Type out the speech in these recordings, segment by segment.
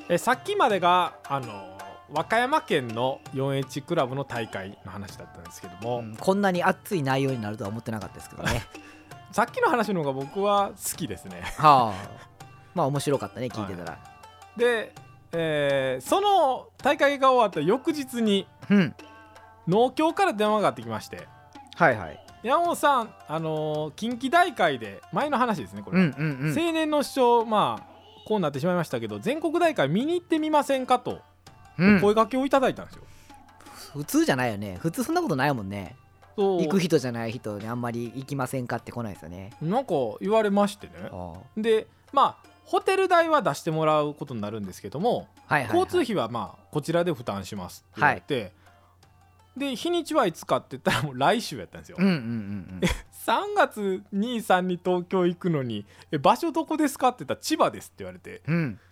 さっきまでが和歌山県の 4H クラブの大会の話だったんですけども、 こんなに熱い内容になるとは思ってなかったですけどねさっきの話の方が僕は好きですねはあ、まあ面白かったね聞いてたら、 で、その大会が終わった翌日に、農協から電話がかかってきまして、 はいはい、 山本さん、近畿大会で前の話ですねこれ、青年の主張こうなってしまいましたけど全国大会見に行ってみませんかと、声掛けをいただいたんですよ。 普通じゃないよね。普通そんなことないもんね。行く人じゃない人にあんまり行きませんかって来ないですよね。 なんか言われましてね。でホテル代は出してもらうことになるんですけども、交通費はこちらで負担しますって言われて、で日にちはいつかって言ったらもう来週やったんですよ。3月23に東京行くのに場所どこですかって言ったら千葉ですって言われて、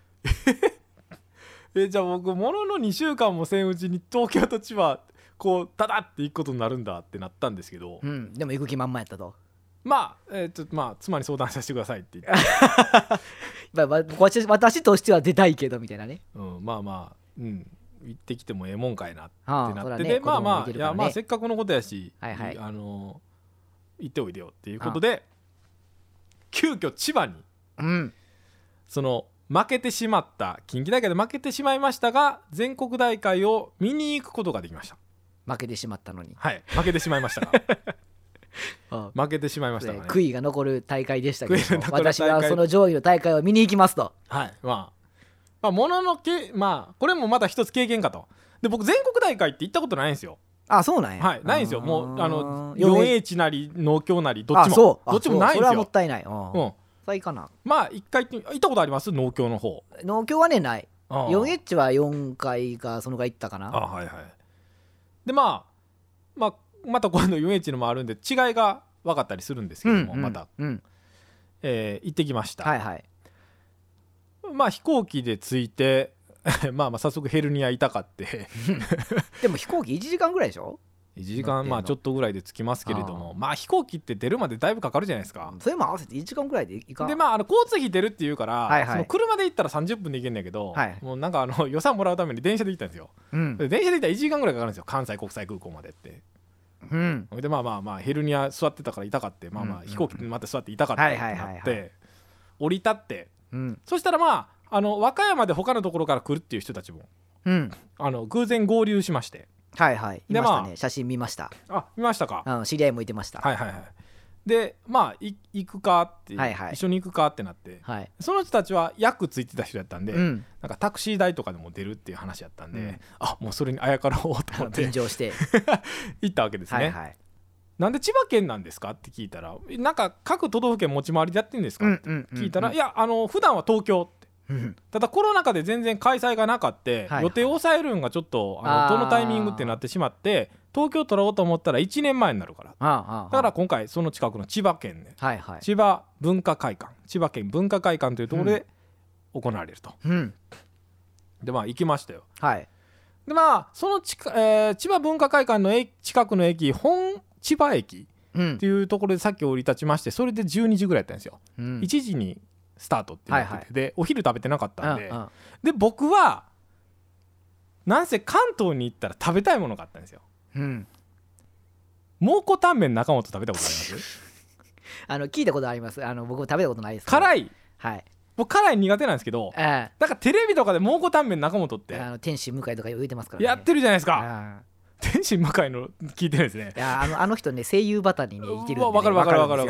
じゃあ僕ものの2週間もせんうちに東京と千葉こうダダって行くことになるんだってなったんですけど、 でも行く気満々やったと。 妻に相談させてくださいって言って私としては出たいけどみたいなね、 行ってきてもええもんかいなってなって、 でせっかくのことやし、行っておいでよっていうことで急遽千葉に、その負けてしまった近畿大会で負けてしまいましたが全国大会を見に行くことができました。 負けてしまったのに、 負けてしまいましたが負けてしまいましたがね、 悔いが残る大会でしたけど私はその上位の大会を見に行きますと。 もののこれもまた一つ経験かと。で僕全国大会って行ったことないんですよ。 そうなんや。 ないんですよ。もう4H なり農協なりどっちもないんですよ。 それはもったいない。最かな。 一回行ったことあります？農協の方。 農協はねない。4H は4回かそのぐらい行ったかな。 でまた今度 4H のもあるんで違いが分かったりするんですけども、また行ってきました。飛行機で着いて早速ヘルニア痛かってでも飛行機1時間ぐらいでしょ。 1時間ちょっとぐらいで着きますけれども、飛行機って出るまでだいぶかかるじゃないですか。 それも合わせて1時間ぐらいで行かんで交通費出るっていうから、その車で行ったら30分で行けんねんけど、もうなんか予算もらうために電車で行ったんですよ。で電車で行ったら1時間ぐらいかかるんですよ、関西国際空港までって。でヘルニア座ってたから痛かって、飛行機また座って痛かったってなって降り立って、そしたら和歌山で他のところから来るっていう人たちも偶然合流しまして、 いましたね。写真見ました。 見ましたか。 知り合いもいてました。 で行くかって一緒に行くかってなって、その人たちは役ついてた人やったんで、なんかタクシー代とかでも出るっていう話やったんで、もうそれにあやからおうと思って便乗して行ったわけですね。なんで千葉県なんですかって聞いたら、なんか各都道府県持ち回りでやってるんですかって聞いたら、いや普段は東京って、ただコロナ禍で全然開催がなかって、予定を抑えるんがちょっとどのタイミングってなってしまって、東京取ろうと思ったら1年前になるから、だから今回その近くの千葉県で、千葉文化会館、千葉県文化会館というところで行われると。で行きましたよ。でその千葉文化会館の近くの駅、本千葉駅っていうところでさっき降り立ちまして、それで12時ぐらいやったんですよ。1時にスタートってなってて、でお昼食べてなかったんで、で僕はなんせ関東に行ったら食べたいものがあったんですよ。蒙古タンメン中本食べたことあります？ 聞いたことあります。僕も食べたことないです。 辛い。僕辛い苦手なんですけど、なんかテレビとかで蒙古タンメン中本って天心向井とか言うてますからね。 やってるじゃないですか。天心向井の聞いてるんですね。 あの人ね、声優バターにね似てるんでね。 わかる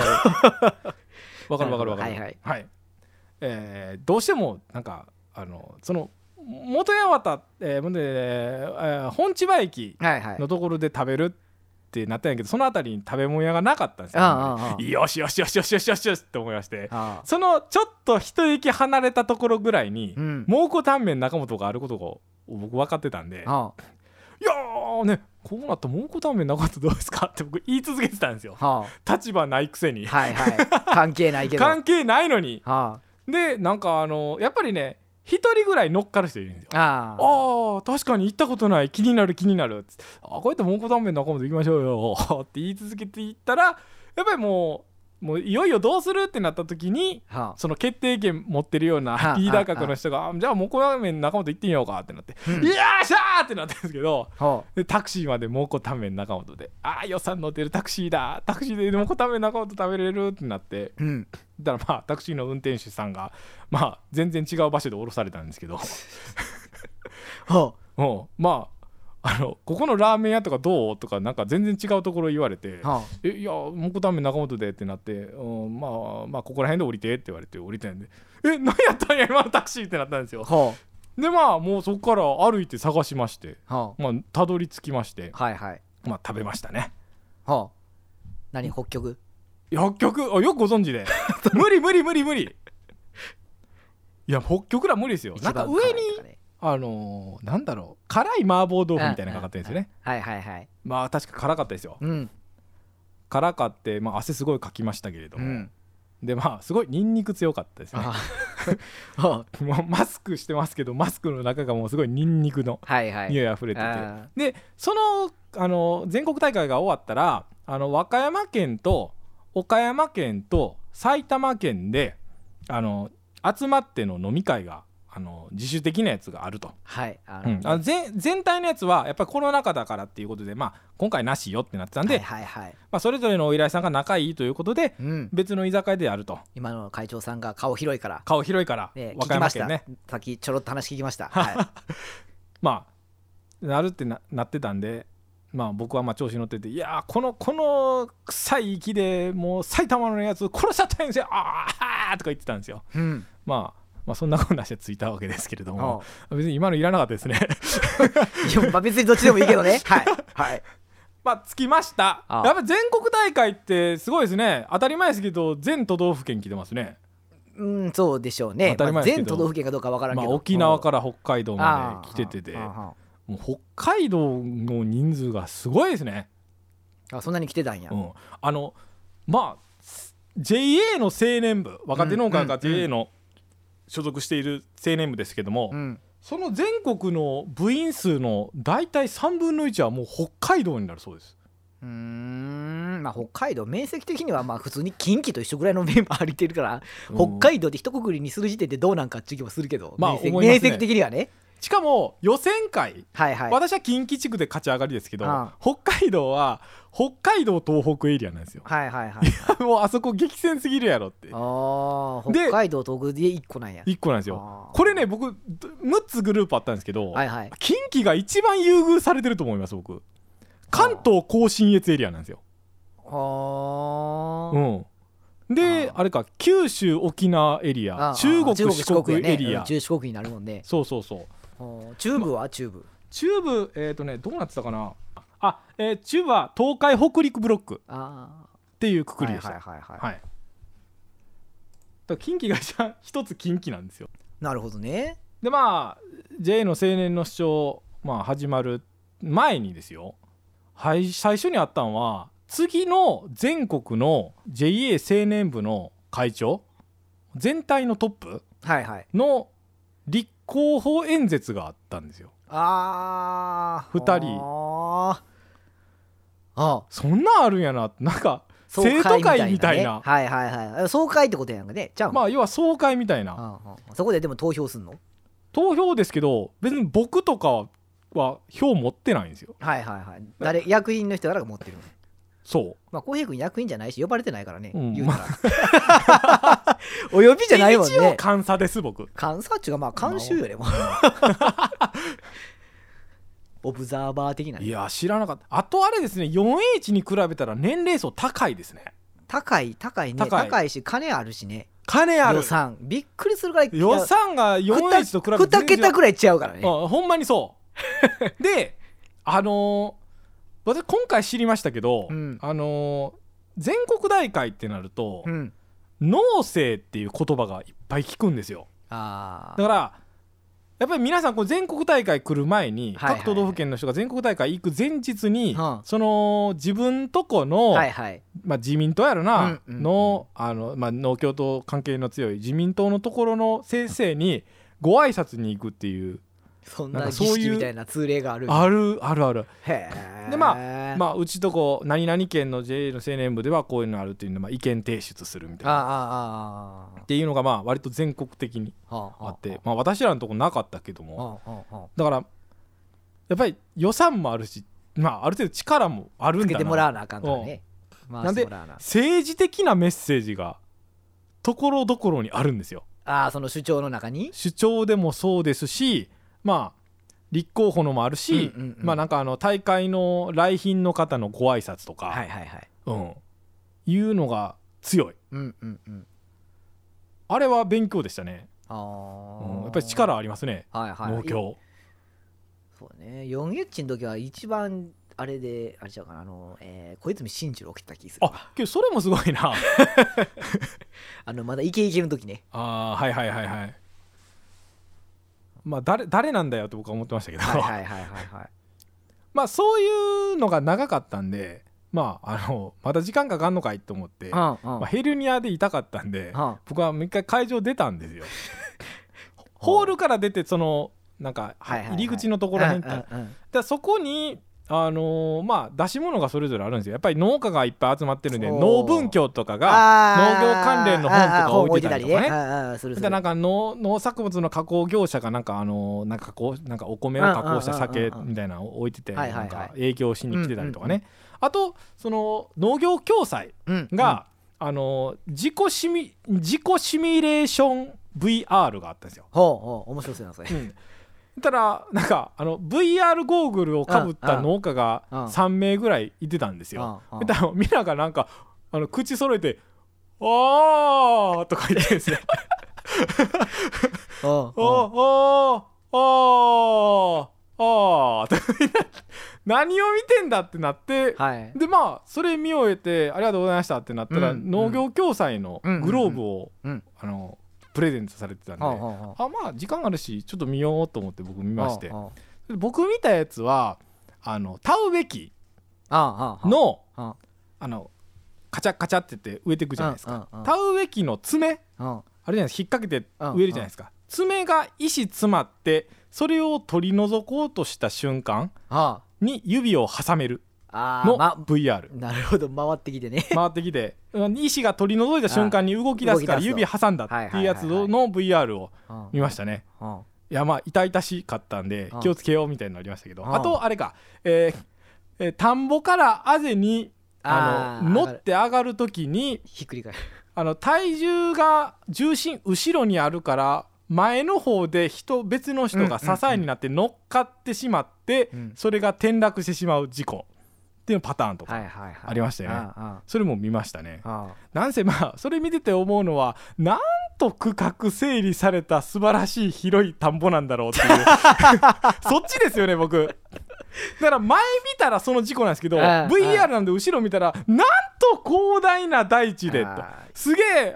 どうしてもなんかその元八幡、本千葉駅のところで食べるってなったんやけど、その辺りに食べ物屋がなかったんですよ。よしよしよしよしよしよしよしって思いまして、そのちょっと一駅離れたところぐらいに蒙古タンメン中本があることを僕分かってたんで、いやね、こうなったら蒙古タンメン中本どうですかって僕言い続けてたんですよ。立場ないくせに関係ないけど関係ないのに。でなんかやっぱりね、一人ぐらい乗っかる人いるんですよ。確かに行ったことない、気になるこうやって蒙古タンメン中本行きましょうよって言い続けていったら、やっぱりもうもういよいよどうするってなった時に、その決定権持ってるようなリーダー格の人が、じゃあ蒙古タンメン中本行ってみようかってなって、いやーしゃーってなったんですけど、でタクシーまで蒙古タンメン中本で、予算乗ってるタクシーだ、タクシーで蒙古タンメン中本食べれるってなって、だからタクシーの運転手さんが全然違う場所で降ろされたんですけどここのラーメン屋とかどうとかなんか全然違うところ言われて、いや蒙古タンメン中本でってなって、ここら辺で降りてって言われて降りてんで、何やったんや今のタクシーってなったんですよ。でもうそこから歩いて探しまして、たどり着きまして、食べましたね。 何、北極よくご存知で無理いや北極ら無理ですよ。なんか上になんだろう、辛い麻婆豆腐みたいなのかかってるんですよね。確か辛かったですよ。辛かって、汗すごいかきましたけれども、ですごいニンニク強かったですね。もうマスクしてますけど、マスクの中がもうすごいニンニクの匂いあふれてて、でその全国大会が終わったら和歌山県と岡山県と埼玉県で集まっての飲み会が自主的なやつがあると。全体のやつはやっぱりコロナ禍だからっていうことで、今回なしよってなってたんで、それぞれのお依頼さんが仲いいということで、別の居酒屋でやると。 今の会長さんが顔広いから和歌山県ね、 さっきちょろっと話聞きました。 なるって なってたんで、僕は調子乗ってて、いやこの臭い息でもう埼玉のやつ殺しちゃったんですよとか言ってたんですよ。そんなことなしでついたわけですけれども、別に今のいらなかったですね別にどっちでもいいけどね着きました。やっぱ全国大会ってすごいですね。当たり前ですけど全都道府県来てますね。 そうでしょうね。全都道府県かどうかわからんけど、 沖縄から北海道まで来てて、もう北海道の人数がすごいですね。 そんなに来てたんや。 JA の青年部、若手農家が JA の所属している青年部ですけども、その全国の部員数のだいたい3分の1はもう北海道になるそうです。 北海道面積的には普通に近畿と一緒ぐらいのメンバー歩いてるから、北海道で一括りにする時点でどうなんかっていう気もするけど、面積的にはね。 しかも予選会、私は近畿地区で勝ち上がりですけど、北海道は北海道東北エリアなんですよ。もうあそこ激戦すぎるやろって。 北海道東北で1個なんや。 1個なんですよ。これね、僕6つグループあったんですけど、近畿が一番優遇されてると思います。僕関東甲信越エリアなんですよ。であれか、九州沖縄エリア、中国四国エリア、 中四国になるもんね。 そう中部は中部どうなってたかな。中部は東海北陸ブロックっていうくくりでした。近畿が一つ近畿なんですよ。 なるほどね。 でJA の青年の主張始まる前にですよ、最初にあったのは、次の全国の JA 青年部の会長、全体のトップの立候補演説があったんですよ。2人。そんなんあるんやな、なんか生徒会みたいな。 総会ってことやんかね。 要は総会みたいな。 そこででも投票すんの？ 投票ですけど、別に僕とかは票持ってないんですよ。 役員の人から持ってるの。 そう浩平君役員じゃないし呼ばれてないからね、言うたらお呼びじゃないもんね。 一応監査です。僕監査っていうか監修よりもオブザーバー的な。 いや知らなかった。あとあれですね、4H に比べたら年齢層高いですね。 高いね。高いし金あるしね。 金ある。 予算びっくりするぐらい。 予算が 4H と比べて 2桁ぐらい違うからね。 ほんまにそうで私今回知りましたけど、全国大会ってなると、農政っていう言葉がいっぱい聞くんですよ。だからやっぱり皆さん全国大会来る前に、各都道府県の人が全国大会行く前日に、その自分とこの、自民党やろな、の農協と関係の強い自民党のところの先生にご挨拶に行くっていう、 そんな儀式みたいな通例がある。 ある。 へでまあうちとこ何々県の JA の青年部ではこういうのあるっていうので、まあ、意見提出するみたいなっていうのがまあ割と全国的にあって、まあ私らのとこなかったけども、だからやっぱり予算もあるし、まあある程度力もあるんだな、つけてもらわなあかんからね。 なんで政治的なメッセージがところどころにあるんですよ。 その主張の中に主張でもそうですし、まあ立候補のもあるし、まあなんか大会の来賓の方のご挨拶とか、いうのが強い、あれは勉強でしたね。やっぱり力ありますね、農協。 そうね、4H の時は一番あれであれちゃうかな、小泉進次郎来た気する。 けどそれもすごいなまだイケイケの時ね。 はいはいはいはい。まあ誰なんだよって僕は思ってましたけどまあそういうのが長かったんで、まあまだ時間かかんのかいと思って、まあ、ヘルニアで痛かったんで、僕はもう一回会場出たんですよホールから出てそのなんか入り口のところらへんで、そこにまあ出し物がそれぞれあるんですよ。やっぱり農家がいっぱい集まってるんで、農文教とかが農業関連の本とか置いてたりとかね。なんか農作物の加工業者がなんかなんかお米を加工した酒みたいなのを置いてて、なんか営業しに来てたりとかね。あとその農業共済が自己シミュレーション VR があったんですよ。 面白そうなそれ。 たらなんかVR ゴーグルをかぶった農家が3名ぐらいいてたんですよ。だからみんながなんか口揃えて「あー」とか言ってるんですよ。何を見てんだってなって、でまあそれ見終えてありがとうございましたってなったら、農業共済のグローブをプレゼントされてたんで、まあ時間あるしちょっと見ようと思って僕見まして、僕見たやつは田植え機のカチャカチャって言って植えていくじゃないですか。田植え機の爪あるじゃないですか、引っ掛けて植えるじゃないですか。爪が石詰まってそれを取り除こうとした瞬間に指を挟めるの VR。 なるほど、回ってきてね回ってきて石が取り除いた瞬間に動き出すから指挟んだっていうやつの VR を見ましたね。いやまあ痛々しかったんで気をつけようみたいになりましたけど、あとあれか田んぼからあぜに乗って上がるときにひっくり返る体重が重心後ろにあるから前の方で別の人が支えになって乗っかってしまって、それが転落してしまう事故っていうパターンとかありましたよね。それも見ましたね。なんせまあそれ見てて思うのは、なんと区画整理された素晴らしい広い田んぼなんだろうっていうそっちですよね僕。だから前見たらその事故なんですけど、VR なんで後ろ見たらなんと広大な大地でと、すげえ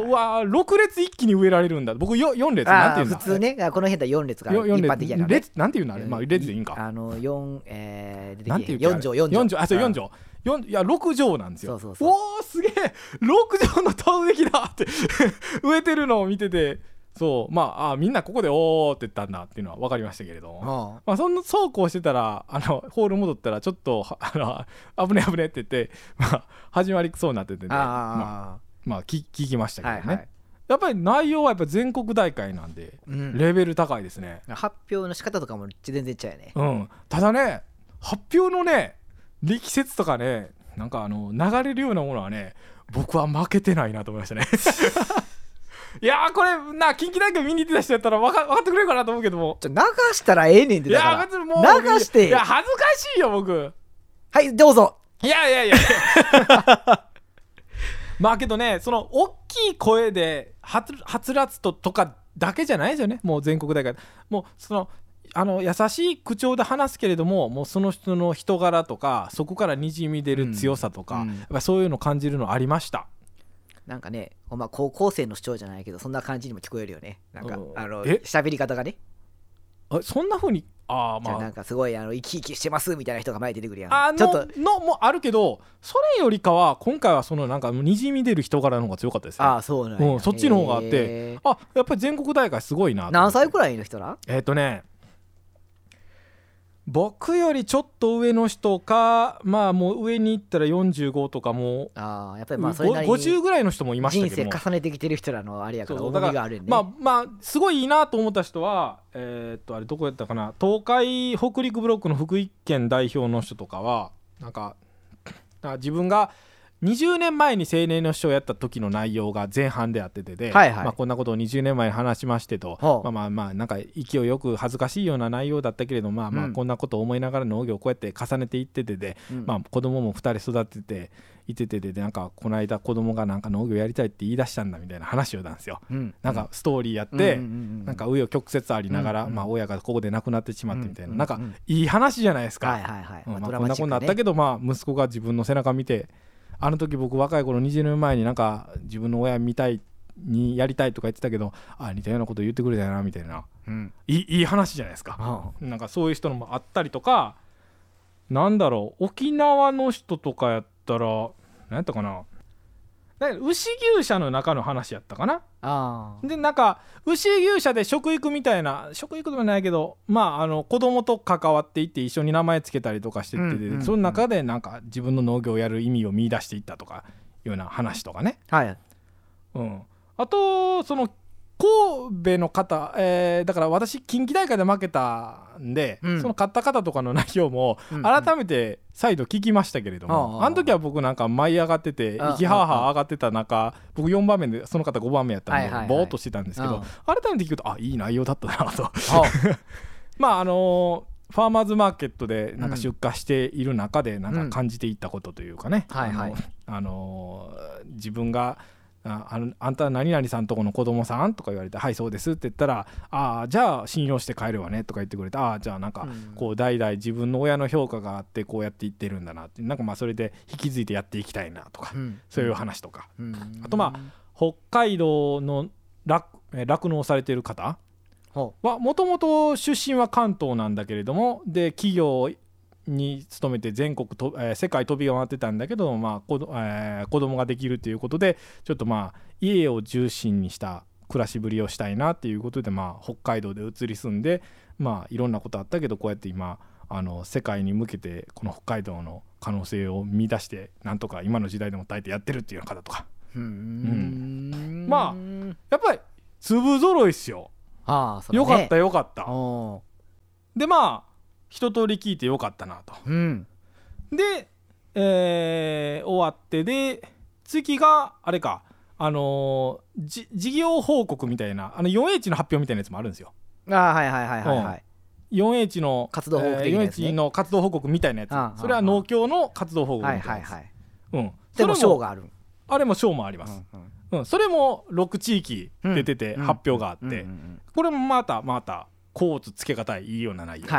6列一気に植えられるんだ。僕4列なんていうんだ普通ね、この辺だ4列が一般的やからね。 なんていうのあれ、まあ列でいいんか。 4 なんていう 4畳 4畳、そう4畳いや6畳なんですよ。おーすげえ6畳の田植え機だって植えてるのを見てて、そうまあみんなここでおーって言ったんだっていうのは分かりましたけれども、まあそんなそうこうしてたらホール戻ったらちょっと危ね危ねって言って、まあ始まりそうになっててね、まあ聞きましたけどね。やっぱり内容はやっぱ全国大会なんで、レベル高いですね。 発表の仕方とかも全然違うよね。 ただね、発表のね力説とかね、なんか流れるようなものはね、僕は負けてないなと思いましたねいやこれ近畿大会見に行ってた人やったら分かってくれるかなと思うけども、 流したらええねんで。だからいや別にもう流して、 いや恥ずかしいよ僕。 はいどうぞ。 いやまあけどね、その大きい声ではつらつとかだけじゃないですよね。もう全国大会もうその優しい口調で話すけれども、もうその人の人柄とかそこからにじみ出る強さとか、やっぱそういうの感じるのありました。 なんかね、高校生の主張じゃないけどそんな感じにも聞こえるよね。なんか喋り方がね、 そんな風にまあなんかすごい生き生きしてますみたいな人が前に出てくるやん。ちょっともあるけど、それよりかは今回はそのなんかにじみ出る人柄の方が強かったですね。 そうなんや。 そっちの方があって、やっぱり全国大会すごいな。 何歳くらいの人だ？ 僕よりちょっと上の人か、まあもう上に行ったら45とかもやっぱりまあそれなりに 50ぐらいの人もいましたけども、 人生重ねてきてる人らのあれやからそう重みがあるんで、 まあすごいいいなと思った人はあれどこやったかな、東海北陸ブロックの福井県代表の人とかはなんか自分が20年前に青年の秘書をやった時の内容が前半でやっててで、 はいはい、 まあ、こんなことを20年前に話しましてと、まあなんか勢いよく恥ずかしいような内容だったけれど、まあこんなことを思いながら農業をこうやって重ねていっててで、まあ子供も2人育てていててで、なんかこの間子供がなんか農業やりたいって言い出したんだみたいな話をしたんですよ、なんかストーリーやって、なんか紆余曲折ありながら、まあ親がここで亡くなってしまってみたいな、なんかいい話じゃないですか。こんなことになったけど、まあ息子が自分の背中見て、あの時僕若い頃20年前になんか自分の親みたいにやりたいとか言ってたけど、似たようなこと言ってくれたよなみたいな、いい話じゃないですか。なんかそういう人のもあったりとか、なんだろう、沖縄の人とかやったら何やったかな、牛牛舎の中の話やったかな。でなんか牛牛舎で食育みたいな、食育でもないけど、まあ子供と関わっていって一緒に名前つけたりとかしてて、その中でなんか自分の農業をやる意味を見出していったとかいうような話とかね、あとその神戸の方、だから私近畿大会で負けたんで、その勝った方とかの内容も改めて再度聞きましたけれども、あの時は僕なんか舞い上がってて息はは上がってた中、僕4番目でその方5番目やったんでぼーっとしてたんですけど、改めて聞くといい内容だったなとまあファーマーズマーケットでなんか出荷している中でなんか感じていったことというかね、自分があんた何々さんとこの子供さんとか言われて、はいそうですって言ったら、じゃあ信用して帰るわねとか言ってくれて、じゃあなんかこう代々自分の親の評価があってこうやっていってるんだなって、なんかまあそれで引き継いでやっていきたいなとか、そういう話とか、あとまあ北海道の酪農されている方はもともと出身は関東なんだけれども、で企業に勤めて全国世界飛び回ってたんだけど、まあ子供ができるということでちょっとまあ家を中心にした暮らしぶりをしたいなっていうことで、まあ北海道で移り住んで、まあいろんなことあったけどこうやって今世界に向けてこの北海道の可能性を見出してなんとか今の時代でも耐えてやってるっていうような方とか、まあやっぱり粒揃いっすよ。よかったよかった。でまあ一通り聞いてよかったなと、で、終わってで次があれか、事業報告みたいな4H の発表みたいなやつもあるんですよ。4H の活動報告的なやつね。4H の活動報告みたいなやつ、それは農協の活動報告みたいなやつ、 でも賞がある。 あれも賞もあります、それも6地域出てて発表があって、これもまたコーツつけがたいいいような内容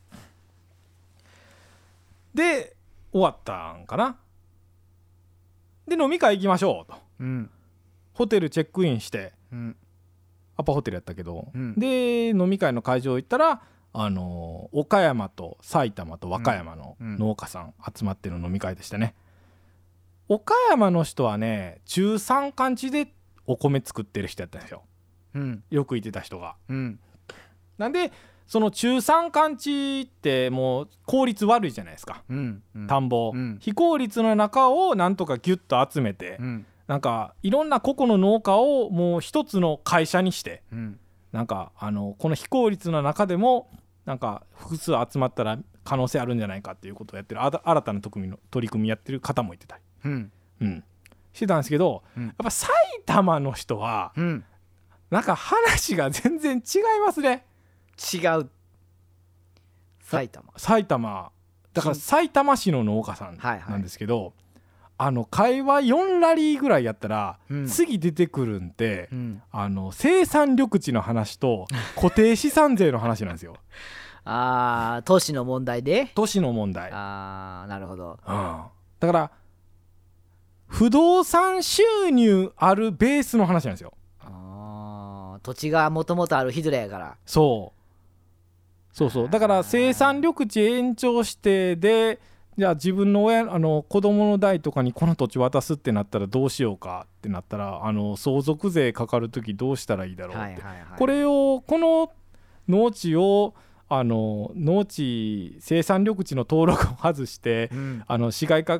で終わったんかな。で飲み会行きましょうと、ホテルチェックインして、アパホテルやったけど、で飲み会の会場行ったら岡山と埼玉と和歌山の農家さん集まっての飲み会でしたね。岡山の人はね中山間地でお米作ってる人やったんですよ、よく言ってた人が、なんでその中山間地ってもう効率悪いじゃないですか、田んぼ、非効率の中をなんとかギュッと集めて、なんかいろんな個々の農家をもう一つの会社にして、なんかこの非効率の中でもなんか複数集まったら可能性あるんじゃないかっていうことをやってる新たな取り組みやってる方もいてたり、してたんですけど、やっぱ埼玉の人は、なんか話が全然違いますね。 違う。埼玉だから埼玉市の農家さんなんですけど、会話4ラリーぐらいやったら、次出てくるんで、生産緑地の話と固定資産税の話なんですよ。 都市の問題で。 都市の問題。 なるほど。 だから不動産収入あるベースの話なんですよ。 土地がもともとあるヒドラやから。 そうだから生産緑地延長してで、じゃあ自分の子供の代とかにこの土地渡すってなったらどうしようかってなったら相続税かかるときどうしたらいいだろうって、この農地を農地生産緑地の登録を外して、市街化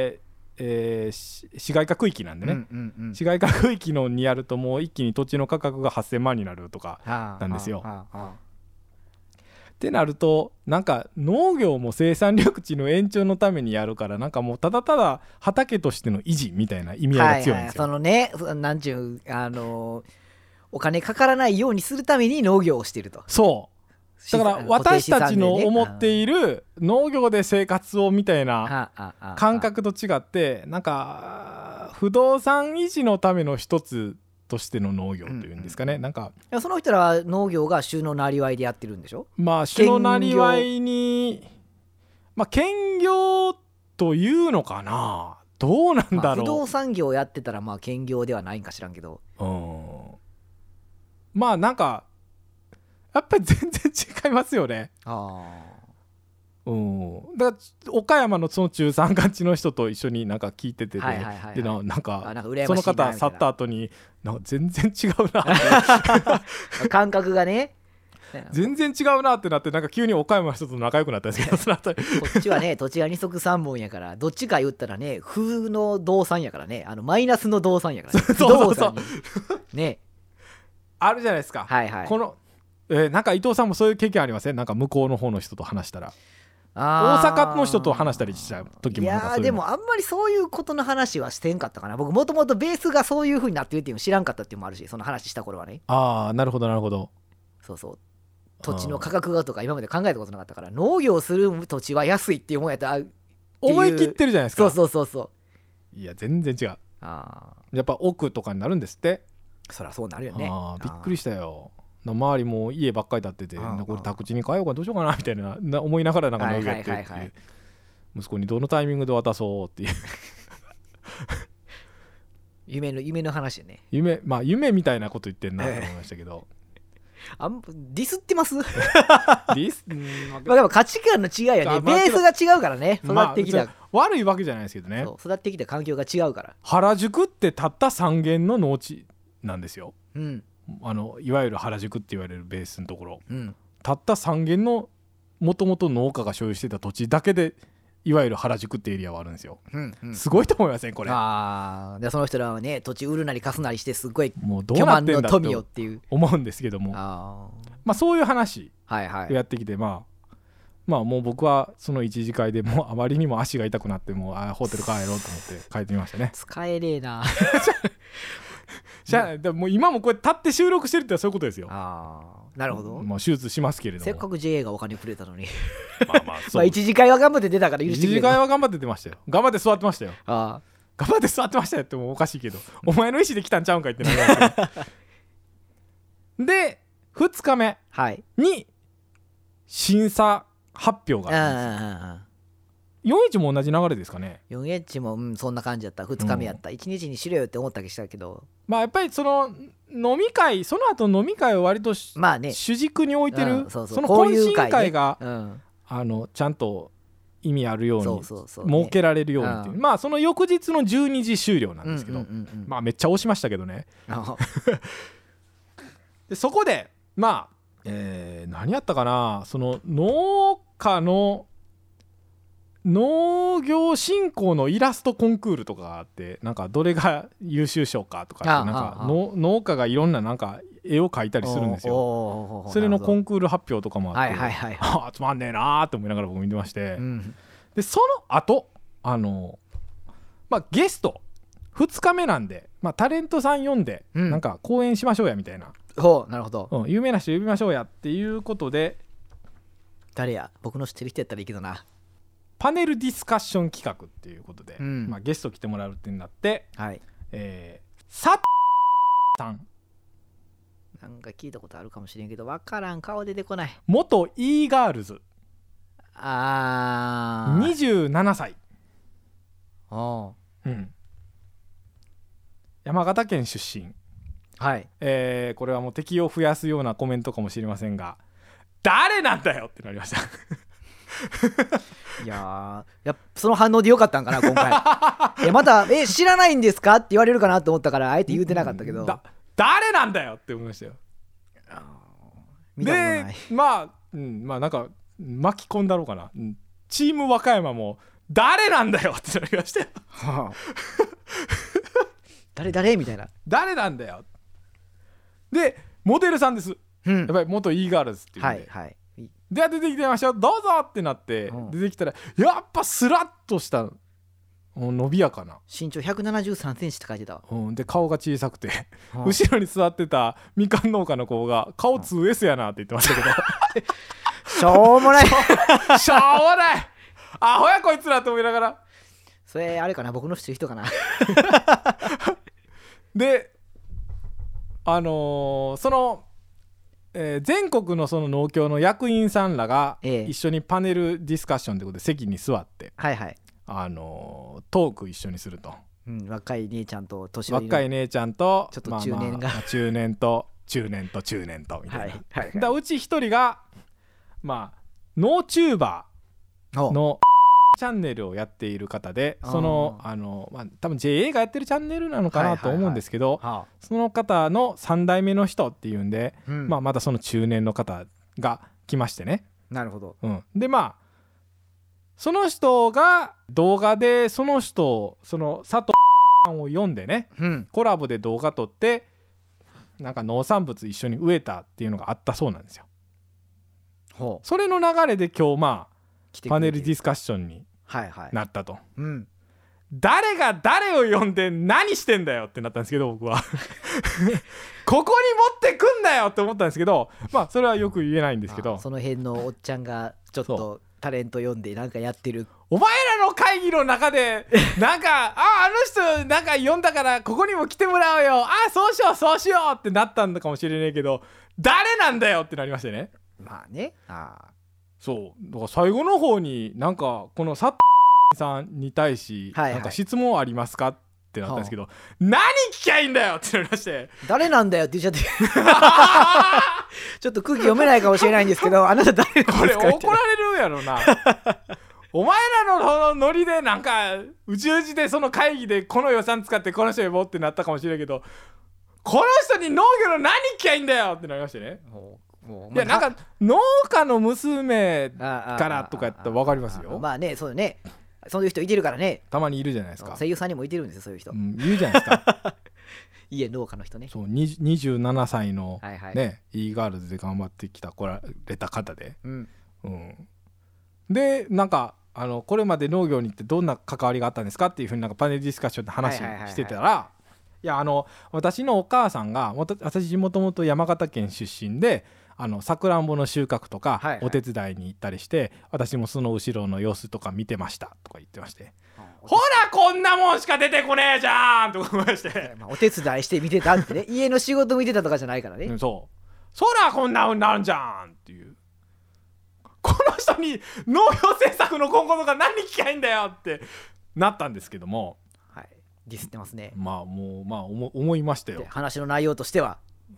区域なんでね、市街化区域のにやるともう一気に土地の価格が8000万になるとかなんですよ。ってなるとなんか農業も生産緑地の延長のためにやるからなんかもうただただ畑としての維持みたいな意味合いが強いんですよ。 そのね、なんちゅうお金かからないようにするために農業をしてると。 そうだから私たちの思っている農業で生活をみたいな感覚と違ってなんか不動産維持のための一つとしての農業というんですかね、なんかその人らは農業が収納なりわいでやってるんでしょ。 まあ収納なりわいに兼業というのかな、どうなんだろう、 不動産業やってたら兼業ではないんか知らんけど、 まあなんかやっぱり全然違いますよね。だから岡山のその中山間地の人と一緒になんか聞いてて、でなんかその方去った後になんか全然違うな感覚がね全然違うなってなってなんか急に岡山の人と仲良くなったんですけどその後こっちはね土地が二足三本やからどっちか言ったらね風の動産やからねマイナスの動産やからねそうねあるじゃないですか。このなんか伊藤さんもそういう経験ありません？なんか向こうの方の人と話したら大阪の人と話したりした時もなんかそういうの。いやでもあんまりそういうことの話はしてんかったかな。僕もともとベースがそういう風になってるっていうの知らんかったっていうのもあるし、その話した頃はね。 なるほどなるほど。 そう土地の価格がとか今まで考えたことなかったから、農業する土地は安いっていうもんやったら思い切ってるじゃないですか。 そういや全然違う。やっぱ奥とかになるんですって。 そりゃそうなるよね。 びっくりしたよ。周りも家ばっかり建っててこれ宅地に変えようかどうしようかなみたいな思いながらなんか農業やってっていう息子にどのタイミングで渡そうっていう夢の話でね。 夢みたいなこと言ってんなと思いましたけどディスってますディスでも価値観の違いよね。ベースが違うからね。育ってきた、 悪いわけじゃないですけどね。 育ってきた環境が違うから。 原宿ってたった3軒の農地なんですよ。いわゆる原宿って言われるベースのところ、たった3軒のもともと農家が所有してた土地だけでいわゆる原宿ってエリアはあるんですよ。すごいと思いませんこれ。 でその人らはね土地売るなり貸すなりしてすごいもうどうなってんだって富よっていう思うんですけども、そういう話をやってきて、もう僕はその一次会でもうあまりにも足が痛くなってもうホテル帰ろうと思って帰ってみましたね。 使えねえなでも今もこうやって立って収録してるってそういうことですよ。 なるほど。 手術しますけれどもせっかく JA がお金くれたのに一次会は頑張って出たから許してくれ。 一次会は頑張って出ましたよ。頑張って座ってましたよ。頑張って座ってましたよってもうおかしいけどお前の意思で来たんちゃうんかいってなりますけどで2日目に審査発表があったんですよ。4H も同じ流れですかね。 4H もそんな感じだった。2日目やった。1日にしろよって思ったりしたけど、 やっぱりその飲み会その後飲み会を割と主軸に置いてる、その懇親会がちゃんと意味あるように設けられるようにっていう、その翌日の12時終了なんですけど、めっちゃ押しましたけどねでそこで何やったかな、その農家の農業振興のイラストコンクールとかがあって、なんかどれが優秀賞かとかってなんか農家がいろんななんか絵を描いたりするんですよ。それのコンクール発表とかもあってつまんねえなーって思いながら僕見てまして、でその後ゲスト2日目なんで、タレントさん呼んでなんか講演しましょうやみたいな、 なるほど、 有名な人呼びましょうやっていうことで、 誰や僕の知ってる人やったらいいけどな、 パネルディスカッション企画っていうことで、ゲスト来てもらうってなって、ささんなんか聞いたことあるかもしれんけど分からん、顔出てこない。 元 e ガールズ27歳、山形県出身、これはもう敵を増やすようなコメントかもしれませんが、誰なんだよってなりましたいやその反応でよかったんかな今回また知らないんですかって言われるかなと思ったからあえて言うてなかったけど、 誰なんだよって思いましたよ。 見たことない。 でまあなんか巻き込んだろうかな、チーム和歌山も誰なんだよってなりましたよ、はあ、 誰みたいな、 誰なんだよでモデルさんです、やっぱり元 e ガールズっていうんで、はいはい、で出てきてましたよどうぞってなって、出てきたらやっぱスラッとした伸びやかな身長173センチって書いてたわ、 で顔が小さくて、後ろに座ってたみかん農家の子が顔 2S やなって言ってましたけどしょうもないしょうもないアホやこいつらと思いながら、 それあれかな、僕の知ってる人かなでその、全国のその農協の役員さんらが一緒にパネルディスカッションということで席に座って、 はいはい、 トーク一緒にすると、 若い姉ちゃんと年寄りの若い姉ちゃんとちょっと中年が、 中年と中年と中年とみたいな、はいはいはい、だうち一人がまあノーチューバーのチャンネルをやっている方で、その多分 JA がやってるチャンネルなのかなと思うんですけど、その方の3代目の人っていうんで、またその中年の方が来ましてね、 なるほど、 でまあその人が動画でその人その佐藤さんを読んでね、コラボで動画撮ってなんか農産物一緒に植えたっていうのがあったそうなんですよ。それの流れで今日まあパネルディスカッションになったと、誰が誰を呼んで何してんだよってなったんですけど、僕はここに持ってくんなよって思ったんですけど、まあそれはよく言えないんですけど、 その辺のおっちゃんがちょっとタレント呼んでなんかやってる、 お前らの会議の中でなんかあの人なんか呼んだからここにも来てもらおうよ、そうしようそうしようってなったんだかもしれないけど、誰なんだよってなりましてね。 まあね、 そうだから最後の方になんかこの佐藤さんに対しなんか質問ありますかってなったんですけど、何聞きゃいいんだよってなりまして、 誰なんだよって言っちゃってちょっと空気読めないかもしれないんですけどあなた誰なんですか、 これ怒られるやろなお前らのそのノリでなんかうちうちでその会議でこの予算使ってこの人呼ぼうってなったかもしれないけど、この人に農業の何聞きゃいいんだよってなりましてね。いやなんか農家の娘からとかやったら分かりますよ。 まあね、そうね、そういう人いてるからね、 たまにいるじゃないですか。 声優さんにもいてるんですよそういう人、 いるじゃないですか家農家の人ね。 そう27歳のね、e ガールズで頑張ってきた来られた方で、でなんかこれまで農業に行ってどんな関わりがあったんですかっていうふうになんかパネルディスカッションで話してたら、いや私のお母さんが私もともと山形県出身でさくらんぼの収穫とかお手伝いに行ったりして、私もその後ろの様子とか見てましたとか言ってまして、ほらこんなもんしか出てこねえじゃんと思いましてお手伝いして見てたってね家の仕事見てたとかじゃないからね、 そらこんなふうになるんじゃんっていう、この人に農業政策の今後とか何聞きゃいいんだよってなったんですけども、 ディスってますね。 もう思いましたよ、 話の内容としては、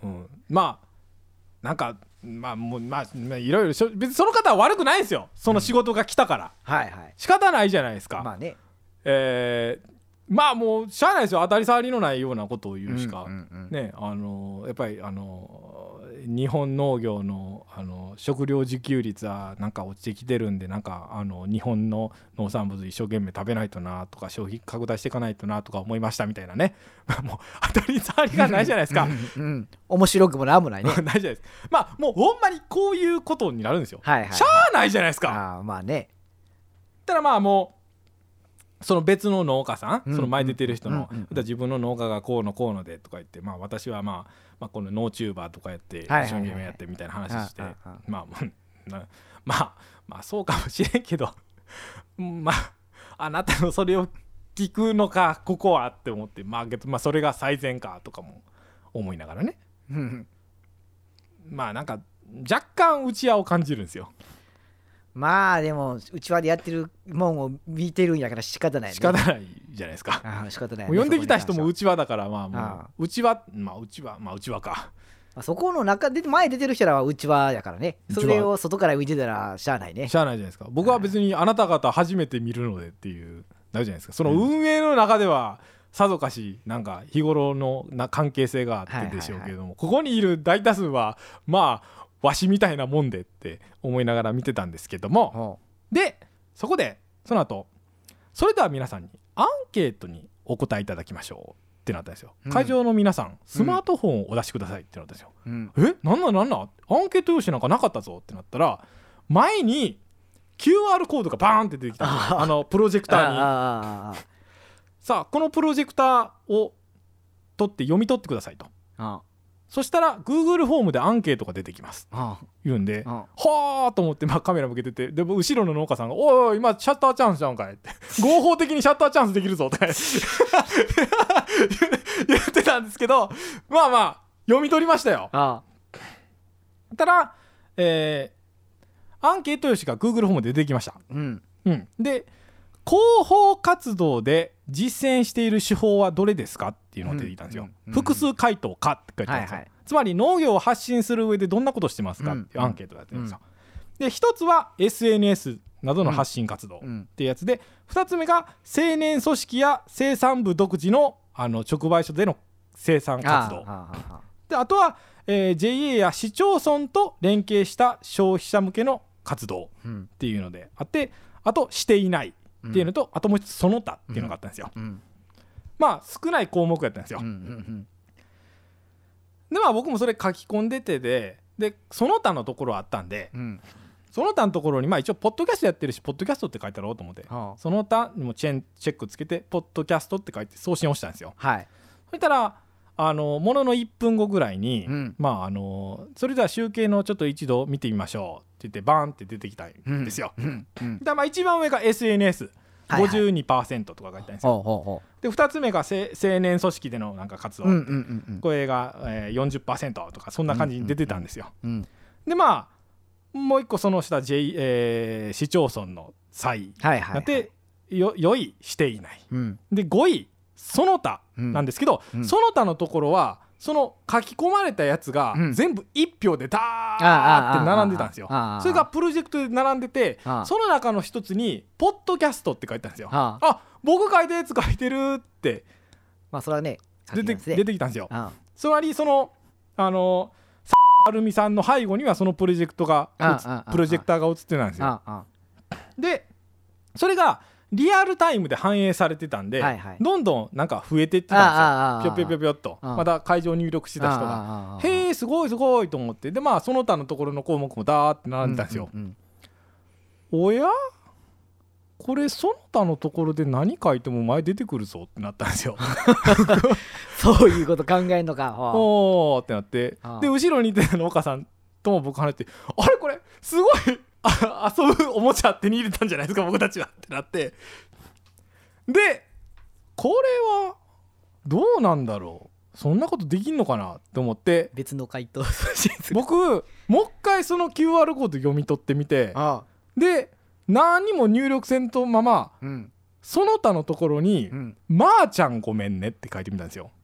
なんかもういろいろ別にその方は悪くないんですよ、その仕事が来たから、仕方ないじゃないですか。もうしゃあないですよ、当たり障りのないようなことを言うしか、ね、やっぱり日本農業の食料自給率はなんか落ちてきてるんで、なんか日本の農産物一生懸命食べないとなとか消費拡大していかないとなとか思いましたみたいなねもう当たり障りがないじゃないですか面白くもなんもないねないじゃないですか。もうほんまにこういうことになるんですよ、しゃあないじゃないですか。 まあね、 ただもうその別の農家さん、その前出てる人の、自分の農家がこうのでとか言って、私はこの農チューバーとかやって一生懸命やってみたいな話して、そうかもしれんけどあなたのそれを聞くのかここはって思って、それが最善かとかも思いながらねなんか若干内輪を感じるんですよ。 でもうちわでやってるもんを見てるんやから仕方ないね。 仕方ないじゃないですか。 仕方ない、 ね、呼んできた人もうちわだからうちわか。 そこの中で前出てる人らはうちわやからね。それを外から見てたらしゃあないね。 しゃあないじゃないですか。僕は別にあなた方初めて見るのでっていうなるじゃないですか。その運営の中ではさぞかしなんか日頃の関係性があってでしょうけれども、ここにいる大多数はわしみたいなもんでって思いながら見てたんですけども、でそこでその後それでは皆さんにアンケートにお答えいただきましょうってなったんですよ、会場の皆さんスマートフォンをお出しくださいってなったんですよ、なんだアンケート用紙なんかなかったぞってなったら、前に QR コードがバーンって出てきたんですよ、プロジェクターに。さあこのプロジェクターを取って読み取ってくださいと。そしたら Google フォームでアンケートが出てきます言うんで、はーと思って、カメラ向けてて、でも後ろの農家さんがおい今シャッターチャンスじゃんかいって合法的にシャッターチャンスできるぞって言ってたんですけど、読み取りましたよ。ただ、アンケート用紙が Google フォームで出てきました、で広報活動で実践している手法はどれですかっていうのが出てきたんですよ、複数回答かって書いてあるんですよ、つまり農業を発信する上でどんなことしてますかっていうアンケートがやってるんですよ、で一つは SNS などの発信活動っていうやつで、二つ目が青年組織や生産部独自の直売所での生産活動で、あとは、JA や市町村と連携した消費者向けの活動っていうのであって、あとしていないっていうのと、あともう一つその他っていうのがあったんですよ、少ない項目やったんですよ、で僕もそれ書き込んでてでその他のところあったんで、その他のところに一応ポッドキャストやってるしポッドキャストって書いてあろうと思って、その他にもチェックつけてポッドキャストって書いて送信をしたんですよ、そしたらものの1分後ぐらいに、それでは集計のちょっと一度見てみましょうって言ってバーンって出てきたんですよ、で一番上が SNS52% とか書いてあるんですよ、で2つ目が青年組織でのなんか活動、これが、40% とかそんな感じに出てたんですよ、でもう一個その下、市町村の際なって良いしていない、で5位その他なんですけど、その他のところはその書き込まれたやつが全部1票でダーって並んでたんですよ、それがプロジェクトで並んでて、その中の一つにポッドキャストって書いてあるんですよ、僕書いたやつ書いてるってそれはね出てきたんですよ、つまりそのアルミさんの背後にはそのプロジェクターが映ってたんですよ、でそれがリアルタイムで反映されてたんで、どんどんなんか増えてってたんですよ、ぴょぴょぴょぴょっと、また会場入力してた人がへえすごいすごいと思って、でその他のところの項目もダーって並んでたんですよ、おやこれその他のところで何書いても前出てくるぞってなったんですよそういうこと考えんのかおーってなって、で後ろにいてた農家さんとも僕話して、あれこれすごい遊ぶおもちゃ手に入れたんじゃないですか僕たちはってなって、でこれはどうなんだろう、そんなことできんのかなって思って別の回答僕もう一回その QR コード読み取ってみて、で何にも入力せんとまま、その他のところに、まーちゃんごめんねって書いてみたんですよ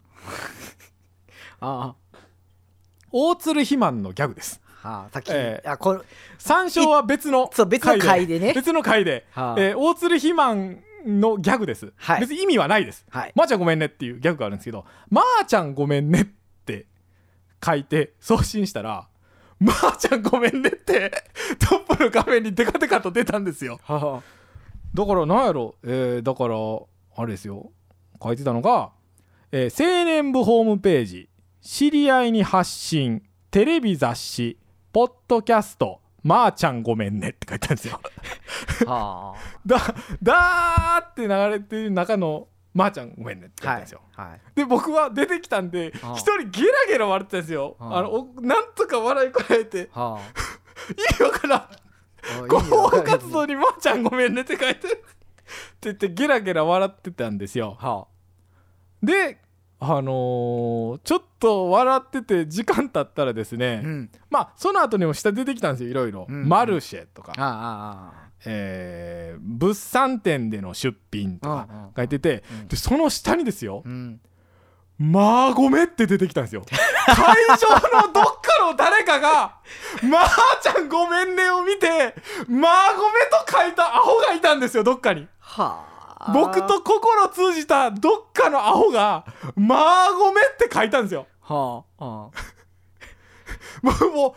大鶴肥満のギャグです、 さっき、 参照は別の回でね、 別の回で、大鶴肥満のギャグです、別に意味はないです、まーちゃんごめんねっていうギャグがあるんですけど、まーちゃんごめんねって書いて送信したら、まーちゃんごめんねってトップの画面にデカデカと出たんですよ、だからなんやろ、だからあれですよ、書いてたのが、青年部ホームページ、知り合いに発信、テレビ雑誌、ポッドキャスト、まーちゃんごめんねって書いてあるんですよだーって流れてる中のまーちゃんごめんねって書いてあるんですよ、で僕は出てきたんで一人ゲラゲラ笑ってたんですよ、なんとか笑いこらえて意味わからん広報活動にまーちゃんごめんねって書いてって言ってゲラゲラ笑ってたんですよ、でちょっと笑ってて時間経ったらですね、その後にも下出てきたんですよ、いろいろ、マルシェとか、物産展での出品とか書いてて、でその下にですよ、まーごめって出てきたんですよ会場のどっかの誰かがまーちゃんごめんねを見てまーごめと書いたアホがいたんですよ、どっかに。僕と心通じたどっかのアホがまーごめって書いたんですよ。 もうもう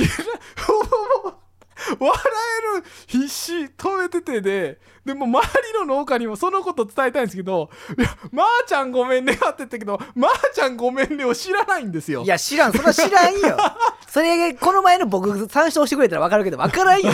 笑える必死止めててでも周りの農家にもそのこと伝えたいんですけど、いやまーちゃんごめんねって言ったけど、まーちゃんごめんねを知らないんですよ。 いや知らん、そんな知らんよそれこの前の僕参照してくれたら分かるけど分からんよ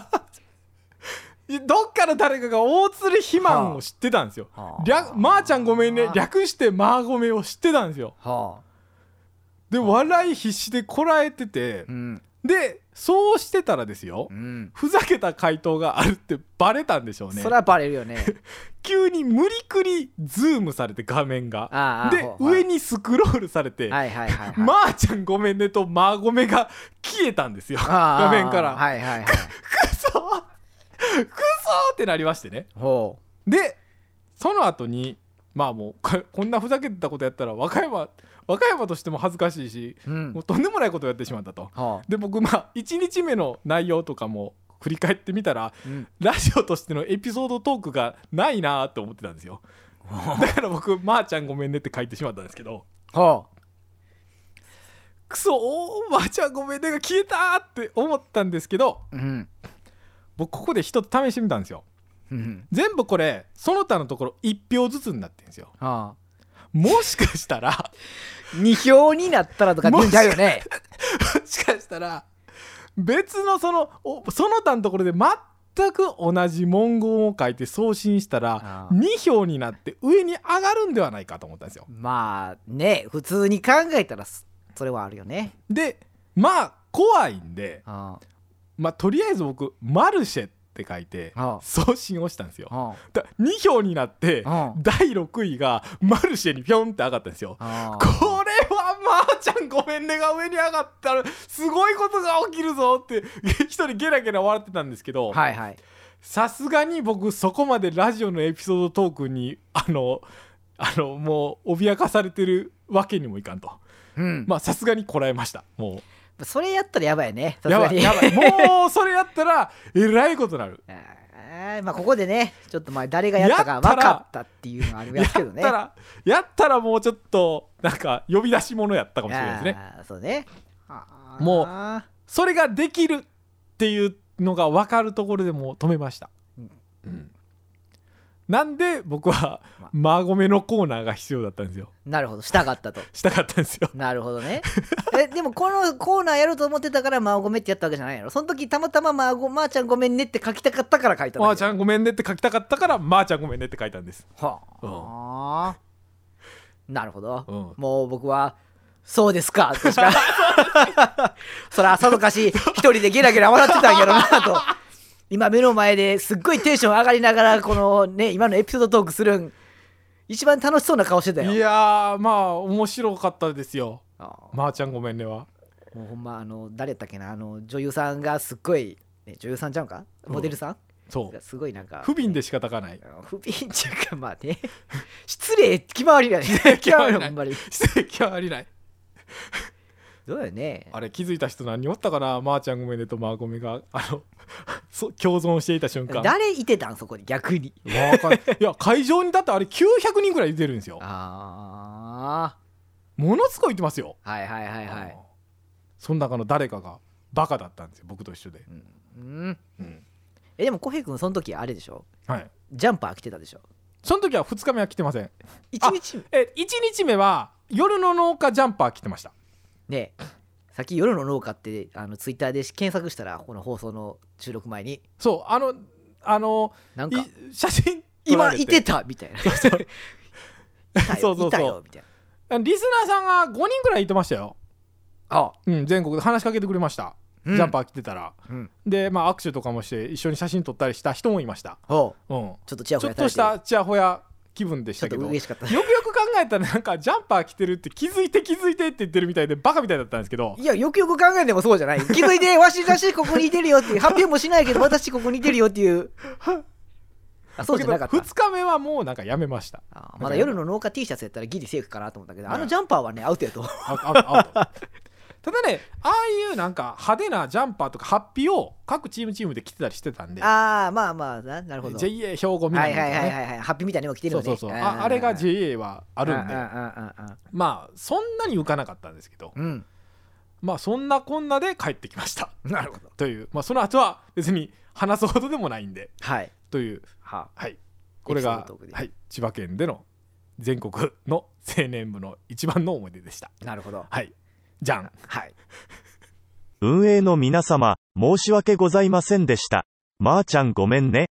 どっかの誰かが大鶴肥満を知ってたんですよ、まーちゃんごめんね略してまーごめを知ってたんですよ、で笑い必死でこらえてて、でそうしてたらですよ、ふざけた回答があるってバレたんでしょうね。 それはバレるよね急に無理くりズームされて画面がで上にスクロールされて、まーちゃんごめんねとまーごめが消えたんですよ画面から。くそってなりましてね。でその後にまあもうこんなふざけてたことやったら和歌山としても恥ずかしいし、もうとんでもないことをやってしまったと、で僕1日目の内容とかも振り返ってみたら、ラジオとしてのエピソードトークがないなって思ってたんですよだから僕まーちゃんごめんねって書いてしまったんですけど、くそまーちゃんごめんねが消えたって思ったんですけど、僕ここで一つ試してみたんですよ。全部これその他のところ1票ずつになってるんですよ。もしかしたら 2票になったらとかって言うんだよねもしかしたら別のその他のところで全く同じ文言を書いて送信したら2票になって上に上がるんではないかと思ったんですよ。 まあね普通に考えたらそれはあるよね。 でまあ怖いんでとりあえず僕マルシェって書いて送信をしたんですよ。だ2票になって第6位がマルシェにピョンって上がったんですよ。これはまーちゃんごめんねが上に上がったらすごいことが起きるぞって一人ゲラゲラ笑ってたんですけど、さすがに僕そこまでラジオのエピソードトークにもう脅かされてるわけにもいかんと、さすがにこらえました。もうそれやったらやばいね。 やばいもうそれやったらえらいことになるここでねちょっと誰がやったか分かったっていうのがあるやつけどね。 やったらもうちょっとなんか呼び出し物やったかもしれないですね。 そうね。 もうそれができるっていうのが分かるところでもう止めました、なんで僕はマーゴメのコーナーが必要だったんですよ。 なるほど、したかったと。 したかったんですよ。 なるほどね。でもこのコーナーやろうと思ってたからマーゴメってやったわけじゃないやろ。その時たまたままーちゃんごめんねって書きたかったから書いた。 まーちゃんごめんねって書きたかったからまーちゃんごめんねって書いたんです。 なるほど、もう僕はそうですかとしかそらさぞかし一人でゲラゲラ笑ってたんやろなと今目の前ですっごいテンション上がりながらこのね今のエピソードトークするん一番楽しそうな顔してたよ。 いや面白かったですよ。まーちゃんごめんねはもうほんま誰やったっけな女優さんがすっごい、女優さんちゃうんかモデルさん、 そうすごいなんか不憫で仕方がない。 不憫っていうかまあね失礼決まりない失礼決まりないほんまに失礼決まりないそうだよね。 あれ気づいた人何人おったかな。まーちゃんごめんねとまーごめが共存していた瞬間誰いてたんそこに逆にいや会場にだってあれ900人ぐらいいてるんですよ。ものすごいいてますよ。その中の誰かがバカだったんですよ僕と一緒で。 でも小平君その時あれでしょ、ジャンパー着てたでしょ。 その時は2日目は着てません。 1日日目は夜の農家ジャンパー着てましたね。さっき夜の農家ってツイッターで検索したらこの放送の収録前にそうなんか写真今いてたみたいなそういたよみたいなリスナーさんが5人ぐらいいてましたよ。全国で話しかけてくれました、ジャンパー着てたら、で握手とかもして一緒に写真撮ったりした人もいました。ちょっとちょっとしたチヤホヤ気分でしたけど、よくよく考えたらなんかジャンパー着てるって気づいてって言ってるみたいでバカみたいだったんですけど、 いやよくよく考えてもそうじゃない。気づいてわしここにいてるよっていう発表もしないけど私ここにいてるよっていうそうじゃなかった。 2日目はもうなんかやめました。 まだ夜の農家 T シャツやったらギリセーフかなと思ったけど、ジャンパーはねアウトやとアウトただねああいうなんか派手なジャンパーとかハッピーを各チームで着てたりしてたんで、 まあなるほど。 JA 兵庫みたいなハッピーみたいにも着てるよね。 そうあれが JA はあるんでそんなに浮かなかったんですけど、 まあそんなこんなで帰ってきました。 なるほど。 という、まあ、その後は別に話すほどでもないんで、 はい、 という、 ははい、これが、はい、千葉県での全国の青年部の一番の思い出でした。 なるほど。 はい、じゃん。 はい。 運営の皆様、申し訳ございませんでした。まーちゃんごめんね。